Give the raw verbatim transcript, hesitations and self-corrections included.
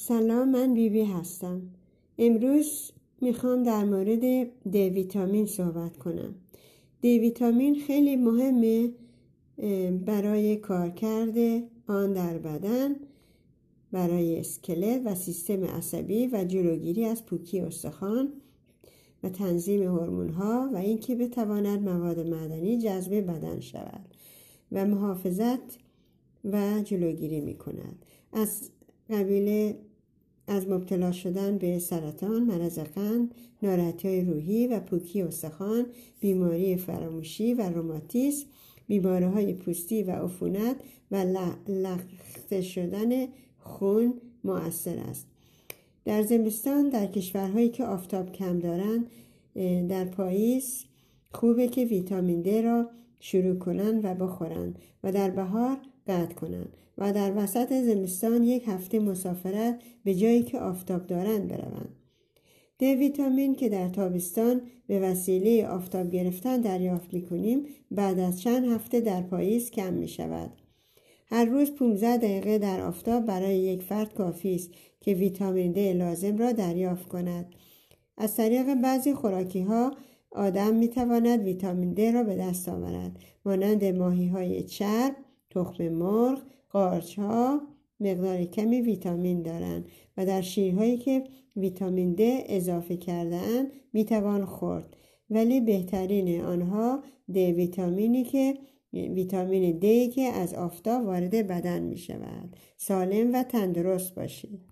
سلام، من بیبی هستم. امروز میخوام در مورد دی ویتامین صحبت کنم. دی ویتامین خیلی مهمه برای کارکرد آن در بدن، برای اسکلت و سیستم عصبی و جلوگیری از پوکی استخوان و تنظیم هورمون‌ها و اینکه بتواند مواد معدنی جذب بدن شود و محافظت و جلوگیری می‌کند از قبیل از مبتلا شدن به سرطان، مرض قند، ناراحتی‌های روحی و پوکی استخوان، بیماری فراموشی و روماتیسم، بیماری‌های پوستی و عفونت و لخته شدن خون مؤثر است. در زمستان در کشورهایی که آفتاب کم دارند، در پاییز خوبه که ویتامین دی را شروع کنند و بخورند و در بهار قطع کنند و در وسط زمستان یک هفته مسافرت به جایی که آفتاب دارند بروند. دی ویتامین که در تابستان به وسیله آفتاب گرفتن دریافت می‌کنیم، بعد از چند هفته در پاییز کم می‌شود. هر روز پانزده دقیقه در آفتاب برای یک فرد کافی است که ویتامین دی لازم را دریافت کند. از طریق بعضی خوراکی‌ها آدم می‌تواند ویتامین دی را به دست آورد، مانند ماهی‌های چرب، تخم مرغ، قارچ‌ها مقدار کمی ویتامین دارند و در شیرهایی که ویتامین دی اضافه کرده‌اند می‌توان خورد، ولی بهترین آنها دی ویتامینی که ویتامین دی که از آفتاب وارد بدن می‌شود. سالم و تندرست باشید.